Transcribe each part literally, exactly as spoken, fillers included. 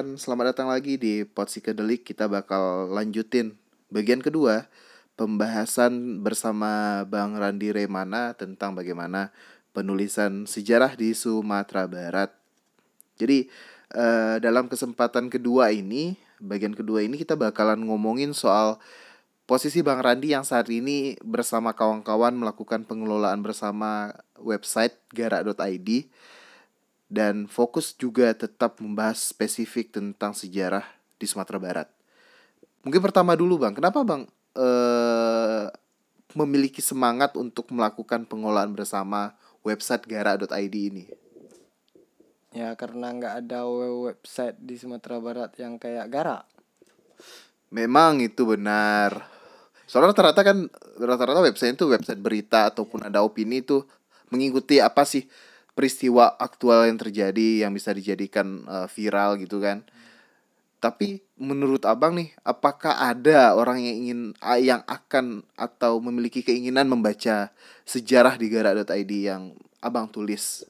teman-teman, selamat datang lagi di Pod Psikedelik. Kita bakal lanjutin bagian kedua pembahasan bersama Bang Randi Remana tentang bagaimana penulisan sejarah di Sumatera Barat. Jadi eh, dalam kesempatan kedua ini, bagian kedua ini kita bakalan ngomongin soal posisi Bang Randi yang saat ini bersama kawan-kawan melakukan pengelolaan bersama website garak dot i d, dan fokus juga tetap membahas spesifik tentang sejarah di Sumatera Barat. Mungkin pertama dulu Bang, kenapa Bang eh, memiliki semangat untuk melakukan pengelolaan bersama website garak dot i d ini? Ya karena nggak ada website di Sumatera Barat yang kayak Garak. Memang itu benar. Soalnya rata-rata kan rata-rata website itu website berita ataupun ada opini itu mengikuti apa sih peristiwa aktual yang terjadi yang bisa dijadikan uh, viral gitu kan. Tapi menurut Abang nih, apakah ada orang yang ingin ah, yang akan atau memiliki keinginan membaca sejarah di garak dot i d yang Abang tulis?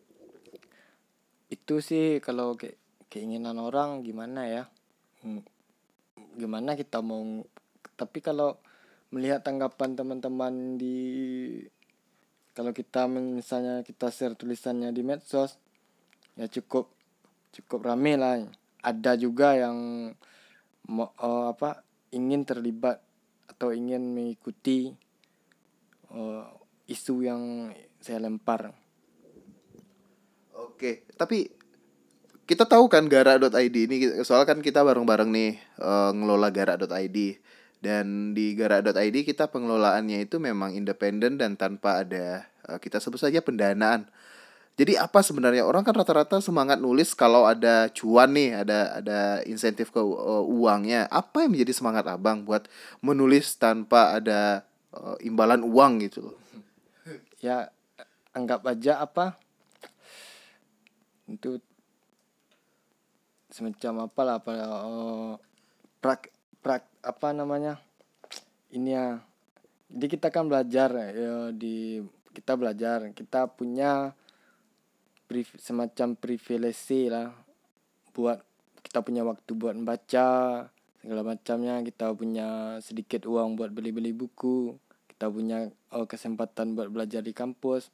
Itu sih kalau ke- keinginan orang gimana ya. Hmm, Gimana kita mau, tapi kalau melihat tanggapan teman-teman di, kalau kita misalnya kita share tulisannya di medsos, ya cukup cukup rame lah. Ada juga yang mau eh, apa ingin terlibat atau ingin mengikuti eh, isu yang saya lempar. Oke, tapi kita tahu kan garak dot i d ini, soalnya kan kita bareng-bareng nih eh, ngelola garak dot i d. Dan di garak dot i d kita pengelolaannya itu memang independen dan tanpa ada eh, kita sebut saja pendanaan. Jadi apa sebenarnya orang kan rata-rata semangat nulis kalau ada cuan nih, ada ada insentif ke uh, uangnya. Apa yang menjadi semangat Abang buat menulis tanpa ada uh, imbalan uang gitu loh? Ya anggap aja apa itu semacam apalah apa eh, prak prak apa namanya ini ya. Jadi kita kan belajar ya, di kita belajar kita punya priv- semacam privilege lah buat kita punya waktu buat membaca segala macamnya, kita punya sedikit uang buat beli-beli buku, kita punya oh, kesempatan buat belajar di kampus,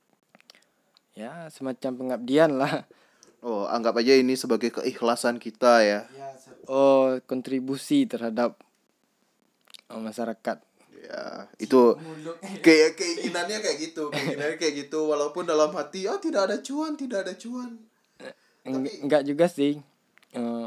ya semacam pengabdian lah. Oh, anggap aja ini sebagai keikhlasan kita ya. Oh, kontribusi terhadap oh, masyarakat. Ya, itu kayak keinginannya kayak gitu, keinginannya kayak gitu walaupun dalam hati oh tidak ada cuan, tidak ada cuan. Eng- Tapi enggak juga sih. Eh,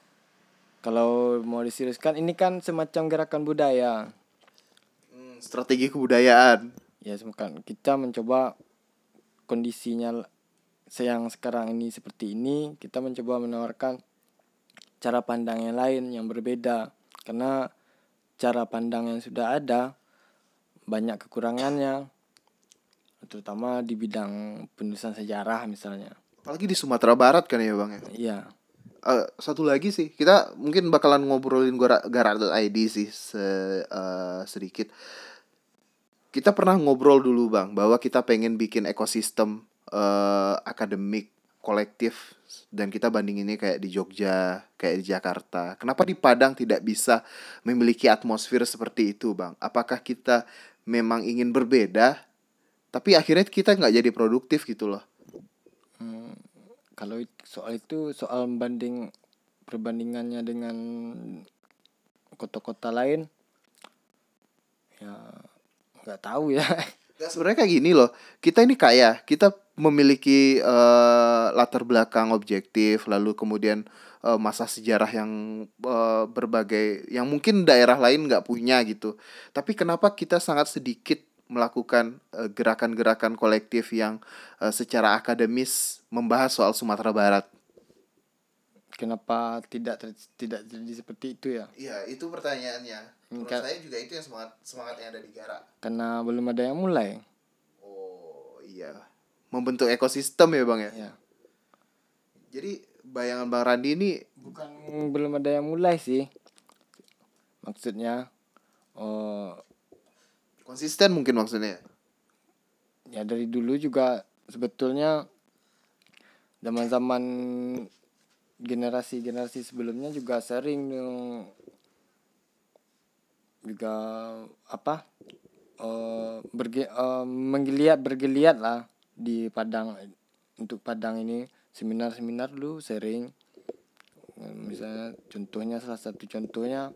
kalau mau diseriuskan ini kan semacam gerakan budaya. hmm, strategi kebudayaan. Ya semacam kita mencoba kondisinya yang sekarang ini seperti ini, kita mencoba menawarkan cara pandang yang lain yang berbeda. Karena cara pandang yang sudah ada banyak kekurangannya, terutama di bidang penulisan sejarah misalnya. Apalagi di Sumatera Barat kan ya Bang ya. Iya, Eh, satu lagi sih, kita mungkin bakalan ngobrolin Gara- garak dot i d sih se, eh, sedikit. Kita pernah ngobrol dulu Bang bahwa kita pengen bikin ekosistem eh, akademik kolektif, dan kita bandinginnya kayak di Jogja, kayak di Jakarta. Kenapa di Padang tidak bisa memiliki atmosfer seperti itu Bang? Apakah kita memang ingin berbeda, tapi akhirnya kita nggak jadi produktif gitu loh? hmm, kalau it- soal itu soal banding perbandingannya dengan kota-kota lain, ya nggak tahu ya. Nggak, sebenarnya kayak gini loh. Kita ini kaya, kita memiliki eh, latar belakang objektif, lalu kemudian eh, masa sejarah yang eh, berbagai, yang mungkin daerah lain nggak punya gitu. Tapi kenapa kita sangat sedikit melakukan eh, gerakan-gerakan kolektif yang eh, secara akademis membahas soal Sumatera Barat? Kenapa tidak ter- tidak terjadi seperti itu ya? Iya, itu pertanyaannya. Menurut Ka- saya juga itu yang semangat semangat yang ada di Gara. karena belum ada yang mulai. Oh iya, membentuk ekosistem ya bang ya. Ya, Jadi bayangan Bang Randi ini bukan belum ada yang mulai sih. Maksudnya, oh konsisten mungkin maksudnya. ya dari dulu juga sebetulnya zaman-zaman generasi-generasi sebelumnya juga sering eh, juga apa eh berge, eh, menggeliat bergeliat lah di Padang. Untuk Padang ini seminar-seminar dulu sering. Eh, misalnya contohnya salah satu contohnya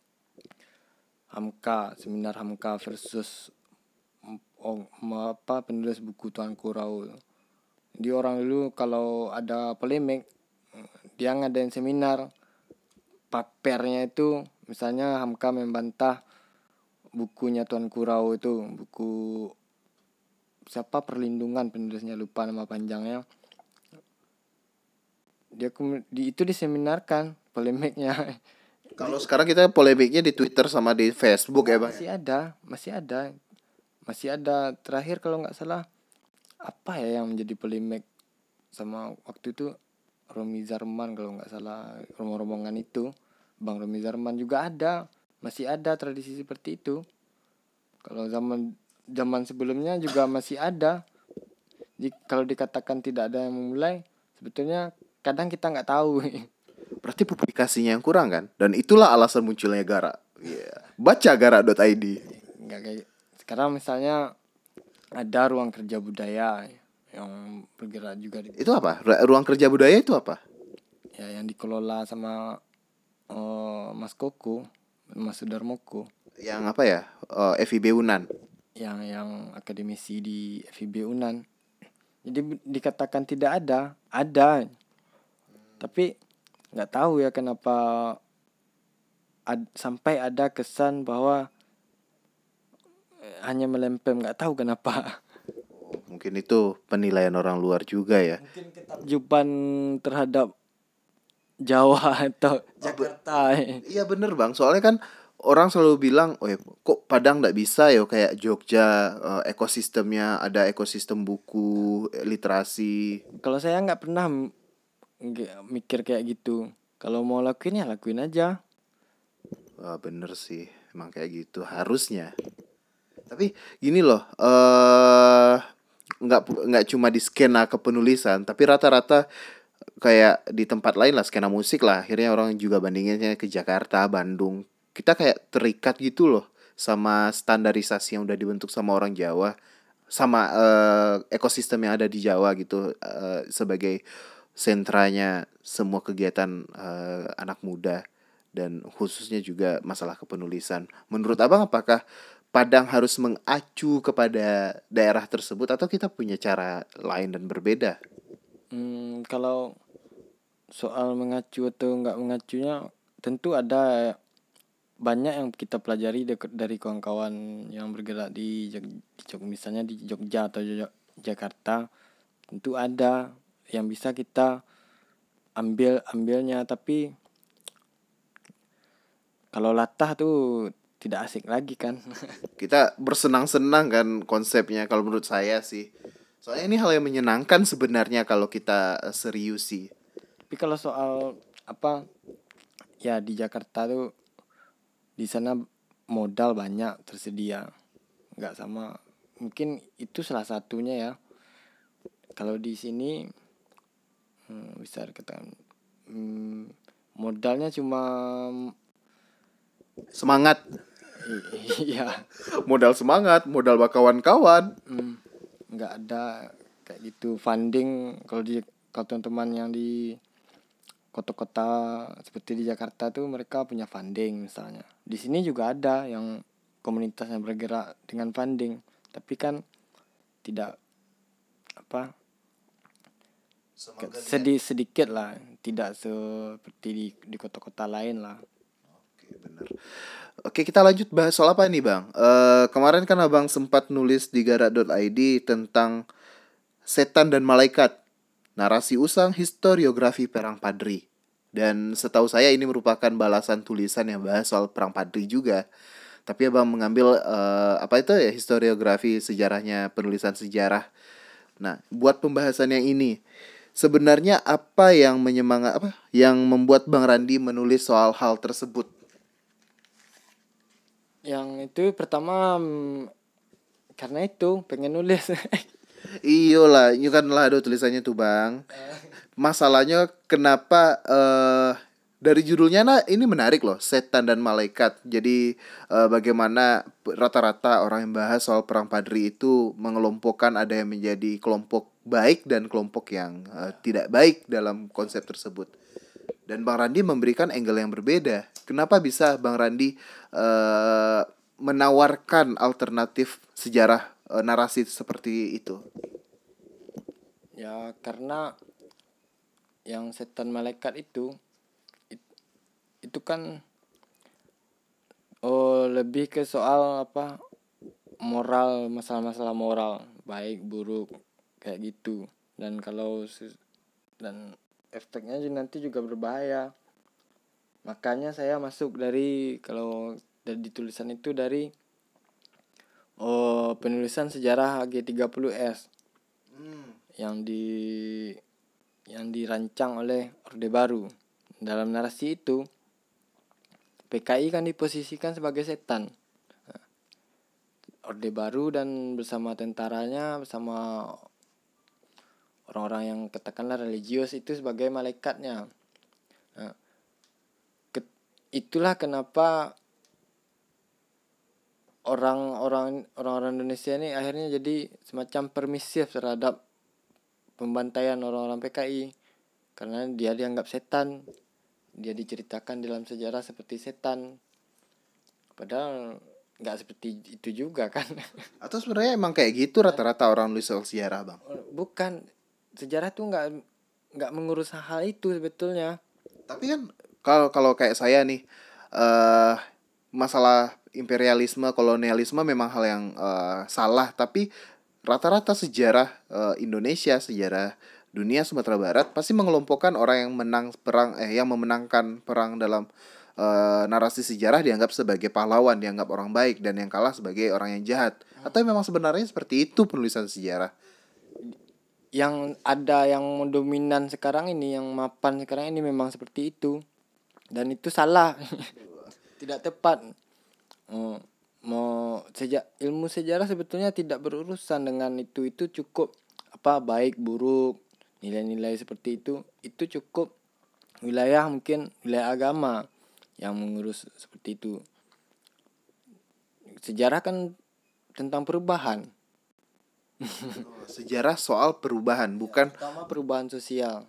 Hamka, seminar Hamka versus oh, apa penulis buku Tuan Kurau. Di orang dulu kalau ada polemik dia ngadain seminar, papernya itu misalnya Hamka membantah bukunya Tuan Kurau itu, buku siapa perlindungan penulisnya, lupa nama panjangnya. Dia di itu diseminarkan polemiknya. Kalau sekarang kita polemiknya di Twitter sama di Facebook ya bang. Masih ada, masih ada, masih ada. Terakhir kalau nggak salah apa ya yang menjadi polemik sama waktu itu Romi Zarman kalau nggak salah, rombongan itu Bang Romi Zarman juga ada, masih ada tradisi seperti itu. Kalau zaman zaman sebelumnya juga masih ada. Jadi kalau dikatakan tidak ada yang memulai, sebetulnya kadang kita nggak tahu. Berarti publikasinya yang kurang kan? Dan itulah alasan munculnya Gara. Yeah. Baca gara dot i d. Nggak kayak sekarang misalnya ada ruang kerja budaya yang bergerak juga di, Itu apa? Ruang kerja budaya itu apa? ya yang dikelola sama uh, Mas Koko, Mas Sudarmoko. Yang apa ya? Uh, F I B Unan. Yang yang akademisi di F I B Unan. Jadi dikatakan tidak ada, ada. Tapi nggak tahu ya kenapa ad, sampai ada kesan bahwa hanya melempem, nggak tahu kenapa. Mungkin itu penilaian orang luar juga ya. Mungkin ketakjuban terhadap Jawa atau Jakarta. Iya bener bang, soalnya kan orang selalu bilang, oh ya, kok Padang nggak bisa ya kayak Jogja, uh, ekosistemnya ada ekosistem buku, literasi. Kalau saya nggak pernah m- nggak mikir kayak gitu. Kalau mau lakuin ya lakuin aja. Wah, bener sih, emang kayak gitu harusnya. Tapi gini loh, eh nggak nggak cuma di skena kepenulisan, tapi rata-rata kayak di tempat lain lah, skena musik lah. Akhirnya orang juga bandinginnya ke Jakarta, Bandung. Kita kayak terikat gitu loh sama standarisasi yang udah dibentuk sama orang Jawa, sama eh, ekosistem yang ada di Jawa gitu, eh, sebagai sentranya semua kegiatan eh, anak muda dan khususnya juga masalah kepenulisan. Menurut abang apakah Padang harus mengacu kepada daerah tersebut atau kita punya cara lain dan berbeda? Hmm, kalau soal mengacu atau nggak mengacunya tentu ada banyak yang kita pelajari dari kawan-kawan yang bergerak di, Jog- di Jog, misalnya di Jogja atau Jog- Jakarta. Tentu ada yang bisa kita ambil ambilnya, tapi kalau latah tuh tidak asik lagi kan. Kita bersenang-senang kan konsepnya kalau menurut saya sih. Soalnya ini hal yang menyenangkan sebenarnya kalau kita eh, serius sih. Tapi kalau soal apa ya di Jakarta tuh di sana modal banyak tersedia, nggak sama, mungkin itu salah satunya ya. Kalau di sini hmm, bisa dikatakan hmm, modalnya cuma Semangat, iya, modal semangat, modal kawan-kawan. hmm, nggak ada kayak gitu funding. Kalau di kalau teman-teman yang di kota-kota seperti di Jakarta tuh mereka punya funding misalnya. Di sini juga ada yang komunitas yang bergerak dengan funding, tapi kan tidak apa sedih sedikit lah, tidak seperti di di kota-kota lain lah. Oke, bener. Oke, kita lanjut bahas soal apa nih bang? Eh kemarin kan abang sempat nulis di gara dot i d tentang setan dan malaikat, narasi usang historiografi Perang Padri. Dan setahu saya ini merupakan balasan tulisan yang bahas soal Perang Padri juga. Tapi abang mengambil eh, apa itu ya, historiografi, sejarahnya, penulisan sejarah. Nah, buat pembahasan yang ini, sebenarnya apa yang menyemangat apa yang membuat Bang Randi menulis soal hal tersebut? Yang itu pertama mm, karena itu pengen nulis. Iyo lah, ini kan lah ada tulisannya tuh bang. Masalahnya kenapa eh dari judulnya nah ini menarik loh, setan dan malaikat. Jadi eh, bagaimana rata-rata orang yang bahas soal perang Padri itu mengelompokkan ada yang menjadi kelompok baik dan kelompok yang eh, tidak baik dalam konsep tersebut. Dan Bang Randi memberikan angle yang berbeda. Kenapa bisa Bang Randi eh, menawarkan alternatif sejarah eh, narasi seperti itu? Ya karena yang setan malaikat itu it- itu kan oh lebih ke soal apa, moral, masalah-masalah moral, baik buruk kayak gitu. Dan kalau sus- dan efeknya ju- nanti juga berbahaya. Makanya saya masuk dari, kalau dari tulisan itu dari oh penulisan sejarah G tiga puluh S yang di yang dirancang oleh Orde Baru. Dalam narasi itu P K I kan diposisikan sebagai setan. Orde Baru dan bersama tentaranya, bersama orang-orang yang katakanlah religius itu sebagai malaikatnya. Nah, ke- itulah kenapa orang-orang orang-orang Indonesia ini akhirnya jadi semacam permisif terhadap pembantaian orang-orang P K I, karena dia dianggap setan, dia diceritakan dalam sejarah seperti setan, padahal nggak seperti itu juga kan. Atau sebenarnya emang kayak gitu rata-rata orang nulis soal sejarah bang? Bukan, sejarah tuh nggak nggak mengurus hal itu sebetulnya. Tapi kan kalau kalau kayak saya nih eh masalah imperialisme, kolonialisme memang hal yang eh, salah. Tapi rata-rata sejarah eh, Indonesia, sejarah dunia Sumatera Barat pasti mengelompokkan orang yang menang perang eh yang memenangkan perang dalam eh, narasi sejarah dianggap sebagai pahlawan, dianggap orang baik, dan yang kalah sebagai orang yang jahat. Atau memang sebenarnya seperti itu penulisan sejarah? Yang ada yang dominan sekarang ini, yang mapan sekarang ini memang seperti itu, dan itu salah. Tidak tepat. Oh, mau sejak ilmu sejarah sebetulnya tidak berurusan dengan itu itu cukup apa baik buruk, nilai-nilai seperti itu itu cukup wilayah, mungkin wilayah agama yang mengurus seperti itu. Sejarah kan tentang perubahan, Sejarah soal perubahan, bukan terutama perubahan sosial.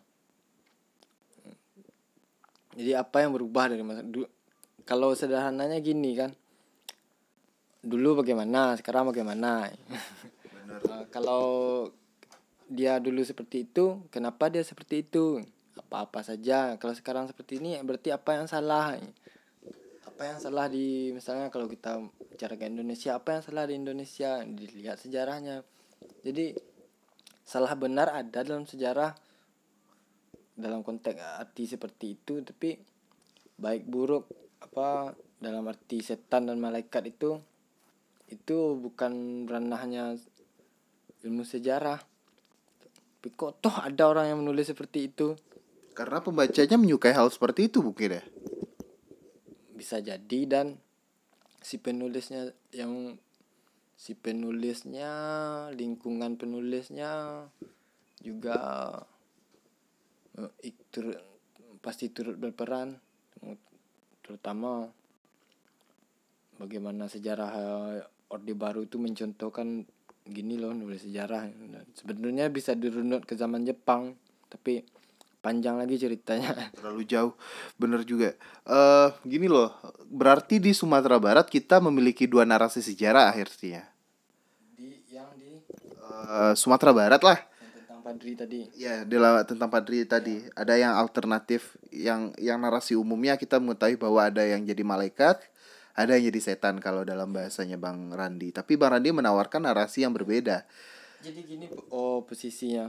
Jadi apa yang berubah dari masa du- kalau sederhananya gini kan, dulu bagaimana, sekarang bagaimana. Uh, kalau dia dulu seperti itu, kenapa dia seperti itu? Apa-apa saja. Kalau sekarang seperti ini, berarti apa yang salah? Apa yang salah di, misalnya kalau kita bicara ke Indonesia, apa yang salah di Indonesia? Dilihat sejarahnya. Jadi salah benar ada dalam sejarah, dalam konteks arti seperti itu, tapi baik buruk apa dalam arti setan dan malaikat itu itu bukan ranahnya ilmu sejarah. Tapi kok toh ada orang yang menulis seperti itu? karena pembacanya menyukai hal seperti itu mungkin ya. Bisa jadi, dan si penulisnya yang si penulisnya lingkungan penulisnya juga eh, ikut, pasti turut berperan, terutama bagaimana sejarah eh, Orde Baru itu mencontohkan gini loh nulis sejarah. Sebenarnya bisa dirunut ke zaman Jepang, tapi panjang lagi ceritanya. Terlalu jauh, bener juga. Eh gini loh, berarti di Sumatera Barat kita memiliki dua narasi sejarah akhirnya. Di yang di Eh Sumatera Barat lah. yang tentang Padri tadi. Ya, dalam tentang Padri tadi ada yang alternatif, yang yang narasi umumnya kita mengetahui bahwa ada yang jadi malaikat, ada yang jadi setan kalau dalam bahasanya Bang Randi. Tapi Bang Randi menawarkan narasi yang berbeda. Jadi gini, oh posisinya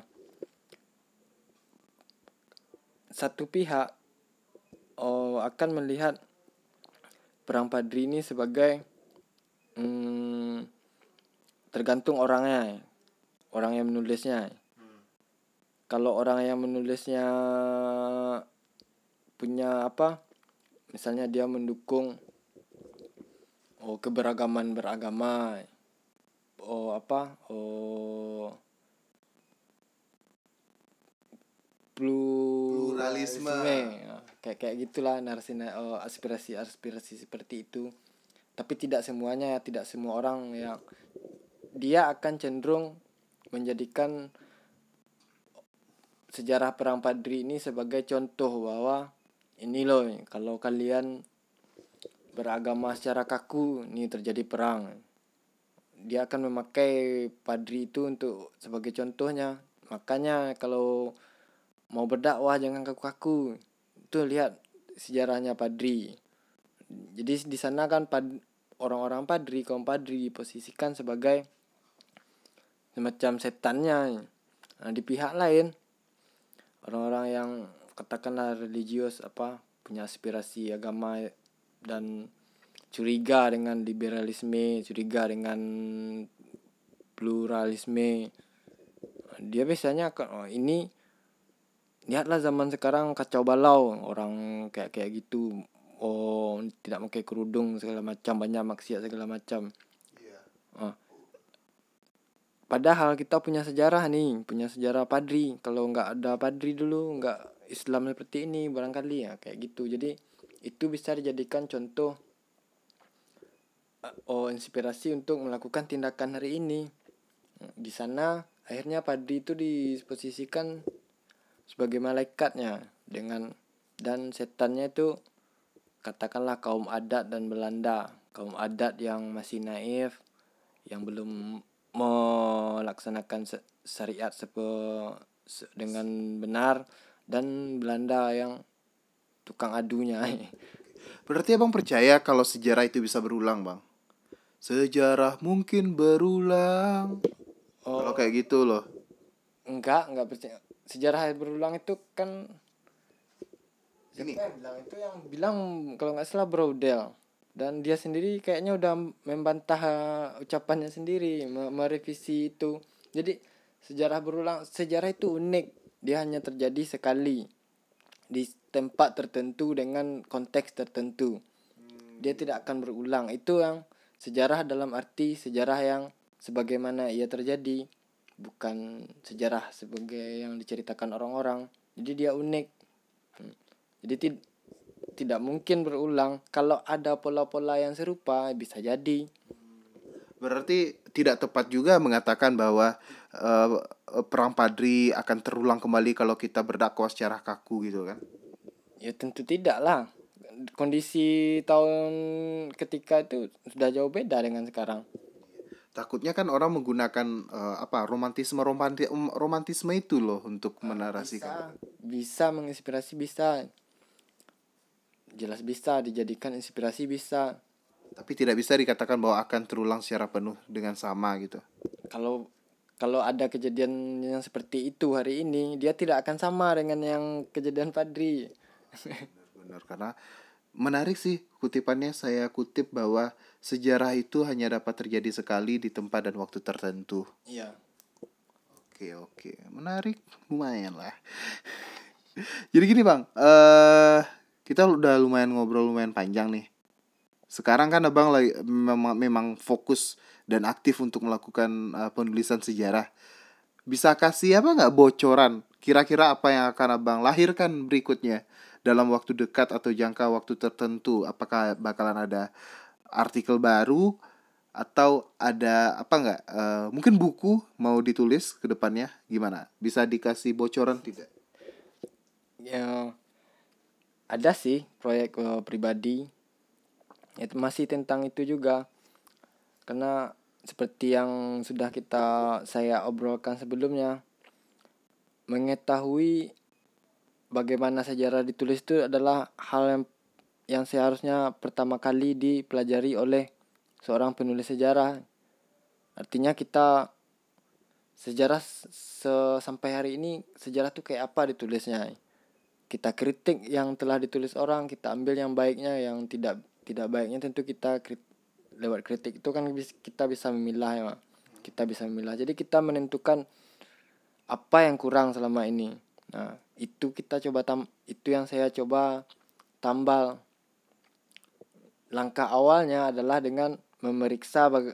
satu pihak oh akan melihat perang Padri ini sebagai hmm, tergantung orangnya, orang yang menulisnya. Kalau orang yang menulisnya punya apa, misalnya dia mendukung oh keberagaman beragama, oh apa, oh Pluralisme. pluralisme. Kayak kayak gitulah narasi uh, aspirasi aspirasi seperti itu. Tapi tidak semuanya ya, tidak semua orang yang dia akan cenderung menjadikan sejarah perang Padri ini sebagai contoh bahwa ini loh, kalau kalian beragama secara kaku, ini terjadi perang. Dia akan memakai Padri itu untuk sebagai contohnya. Makanya kalau mau berdakwah jangan kaku-kaku. Itu lihat sejarahnya Padri. Jadi di sana kan pad, orang-orang Padri, kaum Padri diposisikan sebagai semacam setannya. Nah, di pihak lain orang-orang yang katakanlah religius apa punya aspirasi agama dan curiga dengan liberalisme, curiga dengan pluralisme, dia biasanya akan oh, ini lihatlah zaman sekarang kacau balau, orang kayak kayak gitu, oh tidak pakai kerudung segala macam, banyak maksiat segala macam. Iya. Oh. Padahal kita punya sejarah nih, punya sejarah Padri. Kalau nggak ada Padri dulu, nggak Islam seperti ini barangkali ya kayak gitu. Jadi itu bisa dijadikan contoh oh inspirasi untuk melakukan tindakan hari ini. Di sana akhirnya Padri itu disposisikan sebagai malaikatnya dengan dan setannya itu katakanlah kaum adat dan Belanda, kaum adat yang masih naif, yang belum melaksanakan syariat sepe, dengan benar, dan Belanda yang tukang adunya. Berarti abang percaya kalau sejarah itu bisa berulang, bang? Sejarah mungkin berulang. Oh, kalau kayak gitu loh. Enggak, enggak percaya. Sejarah berulang itu kan Ini. Siapa yang bilang itu, yang bilang kalau nggak salah Brodel, dan dia sendiri kayaknya udah membantah uh, ucapannya sendiri, merevisi itu. Jadi sejarah berulang, sejarah itu unik, dia hanya terjadi sekali di tempat tertentu dengan konteks tertentu, dia tidak akan berulang. Itu yang sejarah dalam arti sejarah yang sebagaimana ia terjadi, bukan sejarah sebagai yang diceritakan orang-orang. Jadi dia unik. Jadi tid- tidak mungkin berulang. Kalau ada pola-pola yang serupa bisa jadi. Berarti tidak tepat juga mengatakan bahwa uh, perang Padri akan terulang kembali kalau kita berdakwah secara kaku gitu kan? Ya tentu tidak lah. Kondisi tahun ketika itu sudah jauh beda dengan sekarang. Takutnya kan orang menggunakan uh, apa romantisme romanti romantisme itu loh untuk menarasikan. Bisa, bisa menginspirasi, bisa. Jelas bisa dijadikan inspirasi, bisa. Tapi tidak bisa dikatakan bahwa akan terulang secara penuh dengan sama gitu. Kalau kalau ada kejadian yang seperti itu hari ini, dia tidak akan sama dengan yang kejadian Padri. Benar, karena menarik sih kutipannya, saya kutip bahwa sejarah itu hanya dapat terjadi sekali di tempat dan waktu tertentu. Iya. Oke oke, menarik, lumayan lah. Jadi gini bang, uh, kita udah lumayan ngobrol lumayan panjang nih. Sekarang kan abang lagi memang, memang fokus dan aktif untuk melakukan uh, penulisan sejarah. Bisa kasih apa nggak bocoran? Kira-kira apa yang akan abang lahirkan berikutnya dalam waktu dekat atau jangka waktu tertentu? Apakah bakalan ada artikel baru atau ada apa nggak? Uh, mungkin buku mau ditulis ke depannya? Gimana? Bisa dikasih bocoran tidak? Ya, ada sih proyek uh, pribadi. Itu masih tentang itu juga. Karena seperti yang sudah kita saya obrolkan sebelumnya, mengetahui bagaimana sejarah ditulis itu adalah hal yang yang seharusnya pertama kali dipelajari oleh seorang penulis sejarah. Artinya kita sejarah se- sampai hari ini sejarah tuh kayak apa ditulisnya. Kita kritik yang telah ditulis orang, kita ambil yang baiknya, yang tidak tidak baiknya tentu kita krit, lewat kritik itu kan kita bisa memilah ya. Kita bisa memilah. Jadi kita menentukan apa yang kurang selama ini. Nah, itu kita coba tam itu yang saya coba tambal. Langkah awalnya adalah dengan memeriksa baga-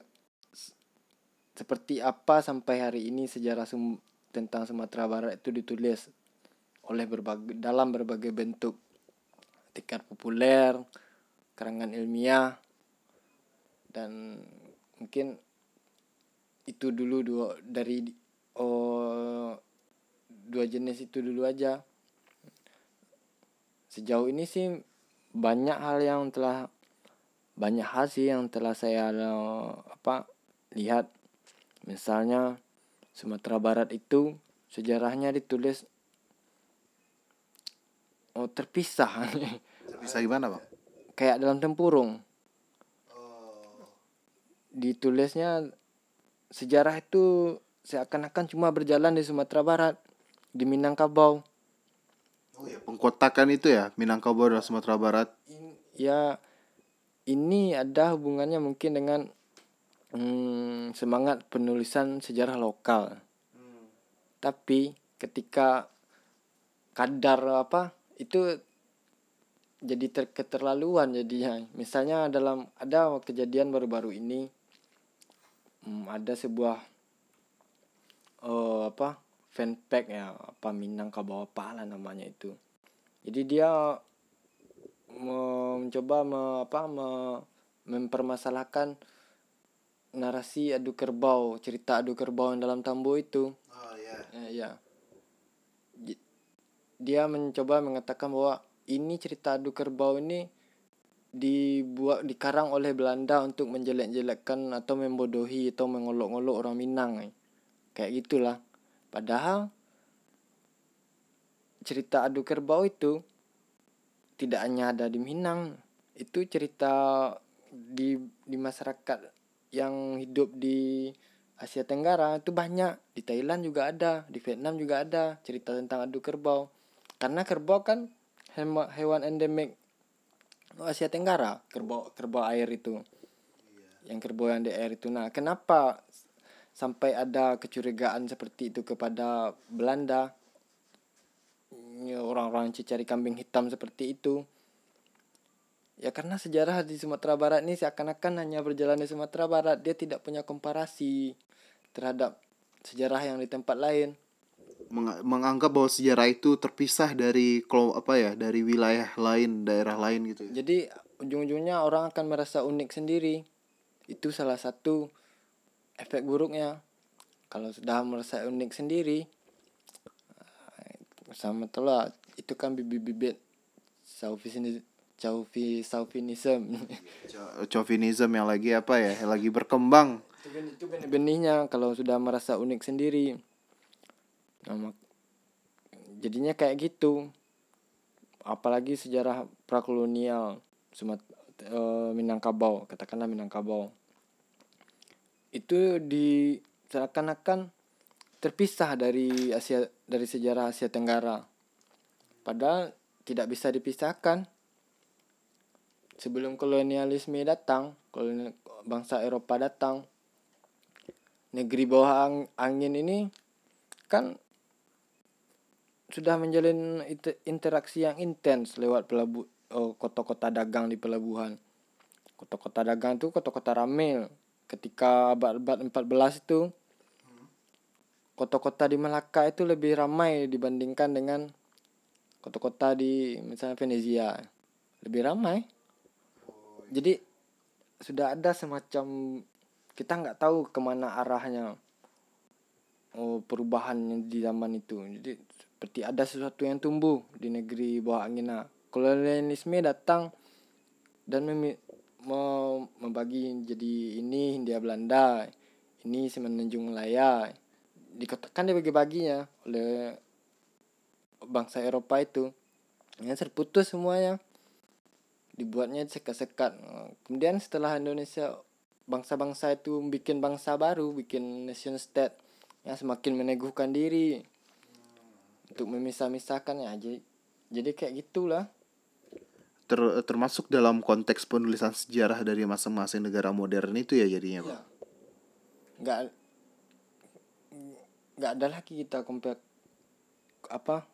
seperti apa sampai hari ini sejarah sum- tentang Sumatera Barat itu ditulis. oleh berbagai dalam berbagai bentuk, tingkat populer, karangan ilmiah, dan mungkin itu dulu dua dari oh, dua jenis itu dulu aja. Sejauh ini sih banyak hal yang telah banyak hal sih yang telah saya apa lihat. Misalnya Sumatera Barat itu sejarahnya ditulis oh terpisah Bisa gimana, Bang? kayak dalam tempurung. Ditulisnya sejarah itu seakan-akan cuma berjalan di Sumatera Barat, di Minangkabau. Oh ya, pengkotakan itu ya, Minangkabau dan Sumatera Barat. Ya, ini ada hubungannya mungkin dengan hmm, semangat penulisan sejarah lokal. Hmm. Tapi ketika kadar apa itu jadi ter- keterlaluan jadinya. Misalnya dalam ada kejadian baru-baru ini, hmm, ada sebuah uh, apa fanpack ya, apa Minangkabau apa lah namanya itu. Jadi dia mencoba me, apa me, mempermasalahkan narasi adu kerbau, cerita adu kerbau yang dalam Tambo itu. Oh ya. Eh, ya. Dia mencoba mengatakan bahwa ini cerita adu kerbau ini dibuat dikarang oleh Belanda untuk menjelek-jelekkan atau membodohi atau mengolok-olok orang Minang. Kayak gitulah. Padahal cerita adu kerbau itu tidak hanya ada di Minang, itu cerita di di masyarakat yang hidup di Asia Tenggara itu banyak. Di Thailand juga ada, di Vietnam juga ada cerita tentang adu kerbau. Karena kerbau kan hewan endemik Asia Tenggara, kerbau kerbau air itu. Yang kerbau yang di air itu. Nah, kenapa sampai ada kecurigaan seperti itu kepada Belanda? Orang-orang cari kambing hitam seperti itu. Ya karena sejarah di Sumatera Barat ini seakan-akan hanya berjalan di Sumatera Barat. Dia tidak punya komparasi terhadap sejarah yang di tempat lain. Meng- menganggap bahwa sejarah itu terpisah dari apa ya, dari wilayah lain, daerah lain gitu ya. Jadi ujung-ujungnya orang akan merasa unik sendiri. Itu salah satu efek buruknya. Kalau sudah merasa unik sendiri, sama telah itu kan bibit-bibit Chauvinism, Chauvinism. Chauvinism yang lagi apa ya, yang lagi berkembang. Itu benih-benihnya kalau sudah merasa unik sendiri. Nah, jadinya kayak gitu. Apalagi sejarah prakolonial Sumat e, Minangkabau, katakanlah Minangkabau. Itu di seakan-akan terpisah dari Asia, dari sejarah Asia Tenggara. Padahal tidak bisa dipisahkan. Sebelum kolonialisme datang, kolonial, bangsa Eropa datang, negeri bawah angin ini kan sudah menjalin interaksi yang intens lewat pelabu oh, kota-kota dagang di pelabuhan. Kota-kota dagang itu kota-kota ramai. Ketika abad-abad empat belas itu kota-kota di Melaka itu lebih ramai dibandingkan dengan kota-kota di misalnya Venezia. Lebih ramai. Jadi sudah ada semacam, kita nggak tahu kemana arahnya oh, perubahan di zaman itu. Jadi seperti ada sesuatu yang tumbuh di negeri bawah angin. Kolonialisme datang dan mem- mau membagi jadi ini Hindia Belanda, ini Semenanjung Malaya. Dikatakan dibagi-baginya oleh bangsa Eropa itu. Yang terputus semuanya. Dibuatnya sekat-sekat. Kemudian setelah Indonesia, bangsa-bangsa itu bikin bangsa baru, bikin nation state yang semakin meneguhkan diri untuk memisah-misahkan ya. Jadi, jadi kayak gitulah. Ter, termasuk dalam konteks penulisan sejarah dari masing-masing negara modern itu ya jadinya, Bang. Ya. Nggak nggak ada lagi kita compare apa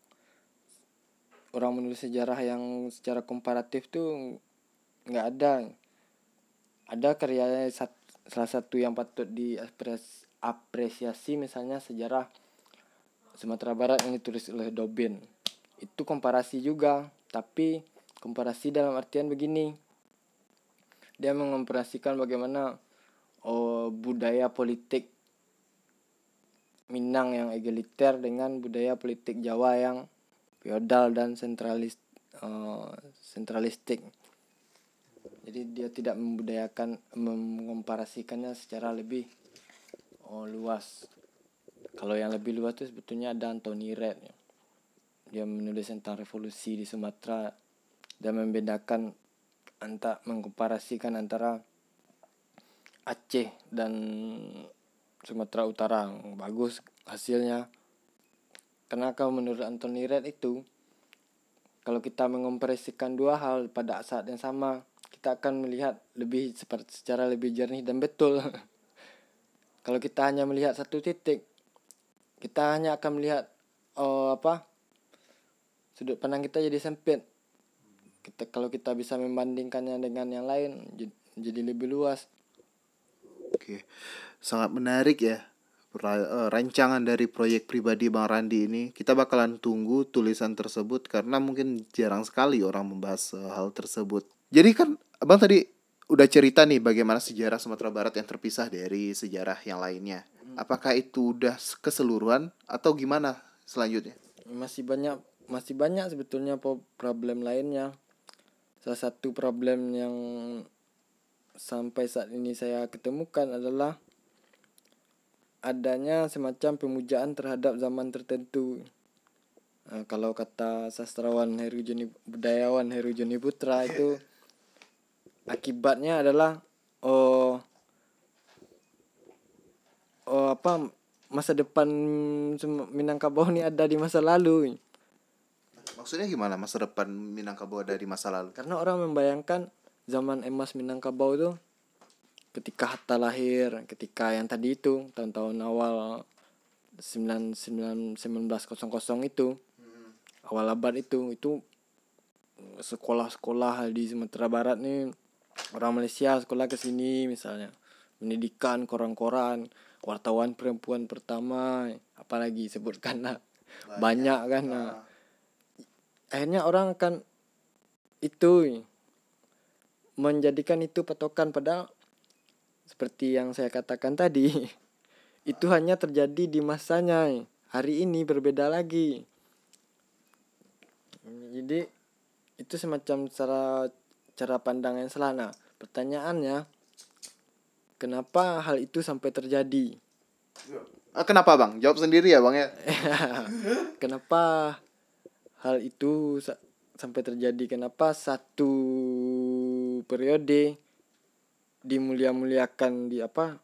orang menulis sejarah yang secara komparatif tuh nggak ada. Ada karya salah satu yang patut diapresiasi misalnya sejarah Sumatera Barat yang ditulis oleh Dobin. Itu komparasi juga, tapi komparasi dalam artian begini. Dia mengomparasikan bagaimana oh, budaya politik Minang yang egaliter dengan budaya politik Jawa yang feodal dan sentralis uh, sentralistik. Jadi dia tidak membudayakan mengomparasikannya secara lebih oh, luas. Kalau yang lebih luas itu sebetulnya ada Anthony Red. Dia menulis tentang revolusi di Sumatera dan membedakan antara mengkomparasikan antara Aceh dan Sumatera Utara. Bagus hasilnya. Karena kalau menurut Anthony Red itu, kalau kita mengomparasikan dua hal pada saat yang sama, kita akan melihat lebih secara lebih jernih dan betul. Kalau kita hanya melihat satu titik, kita hanya akan melihat oh, apa sudut pandang kita jadi sempit. Kita kalau kita bisa membandingkannya dengan yang lain jadi lebih luas. Oke, sangat menarik ya rancangan dari proyek pribadi Bang Randi ini. Kita bakalan tunggu tulisan tersebut karena mungkin jarang sekali orang membahas hal tersebut. Jadi kan Abang tadi udah cerita nih bagaimana sejarah Sumatera Barat yang terpisah dari sejarah yang lainnya. Apakah itu udah keseluruhan atau gimana selanjutnya? Masih banyak masih banyak sebetulnya problem lainnya. Salah satu problem yang sampai saat ini saya ketemukan adalah adanya semacam pemujaan terhadap zaman tertentu. Nah, kalau kata sastrawan Heru Joni, budayawan Heru Joni Putra itu akibatnya adalah oh, oh apa masa depan Minangkabau ini ada di masa lalu. Maksudnya gimana masa depan Minangkabau ada di masa lalu? Karena orang membayangkan zaman emas Minangkabau itu ketika Hatta lahir, ketika yang tadi itu tahun-tahun awal sembilan belas ratus itu, hmm. awal abad itu, itu sekolah-sekolah di Sumatera Barat nih orang Malaysia sekolah ke sini misalnya, pendidikan, koran-koran, wartawan perempuan pertama, apalagi sebutkan lah, banyak, banyak kan. Nah, akhirnya orang akan itu menjadikan itu patokan, padahal seperti yang saya katakan tadi, itu hanya terjadi di masanya. Hari ini berbeda lagi. Jadi itu semacam cara cara pandang yang salah. Nah, pertanyaannya, kenapa hal itu sampai terjadi? Kenapa Bang? Jawab sendiri ya Bang ya. Kenapa hal itu sampai terjadi? Kenapa satu periode dimulia-muliakan di apa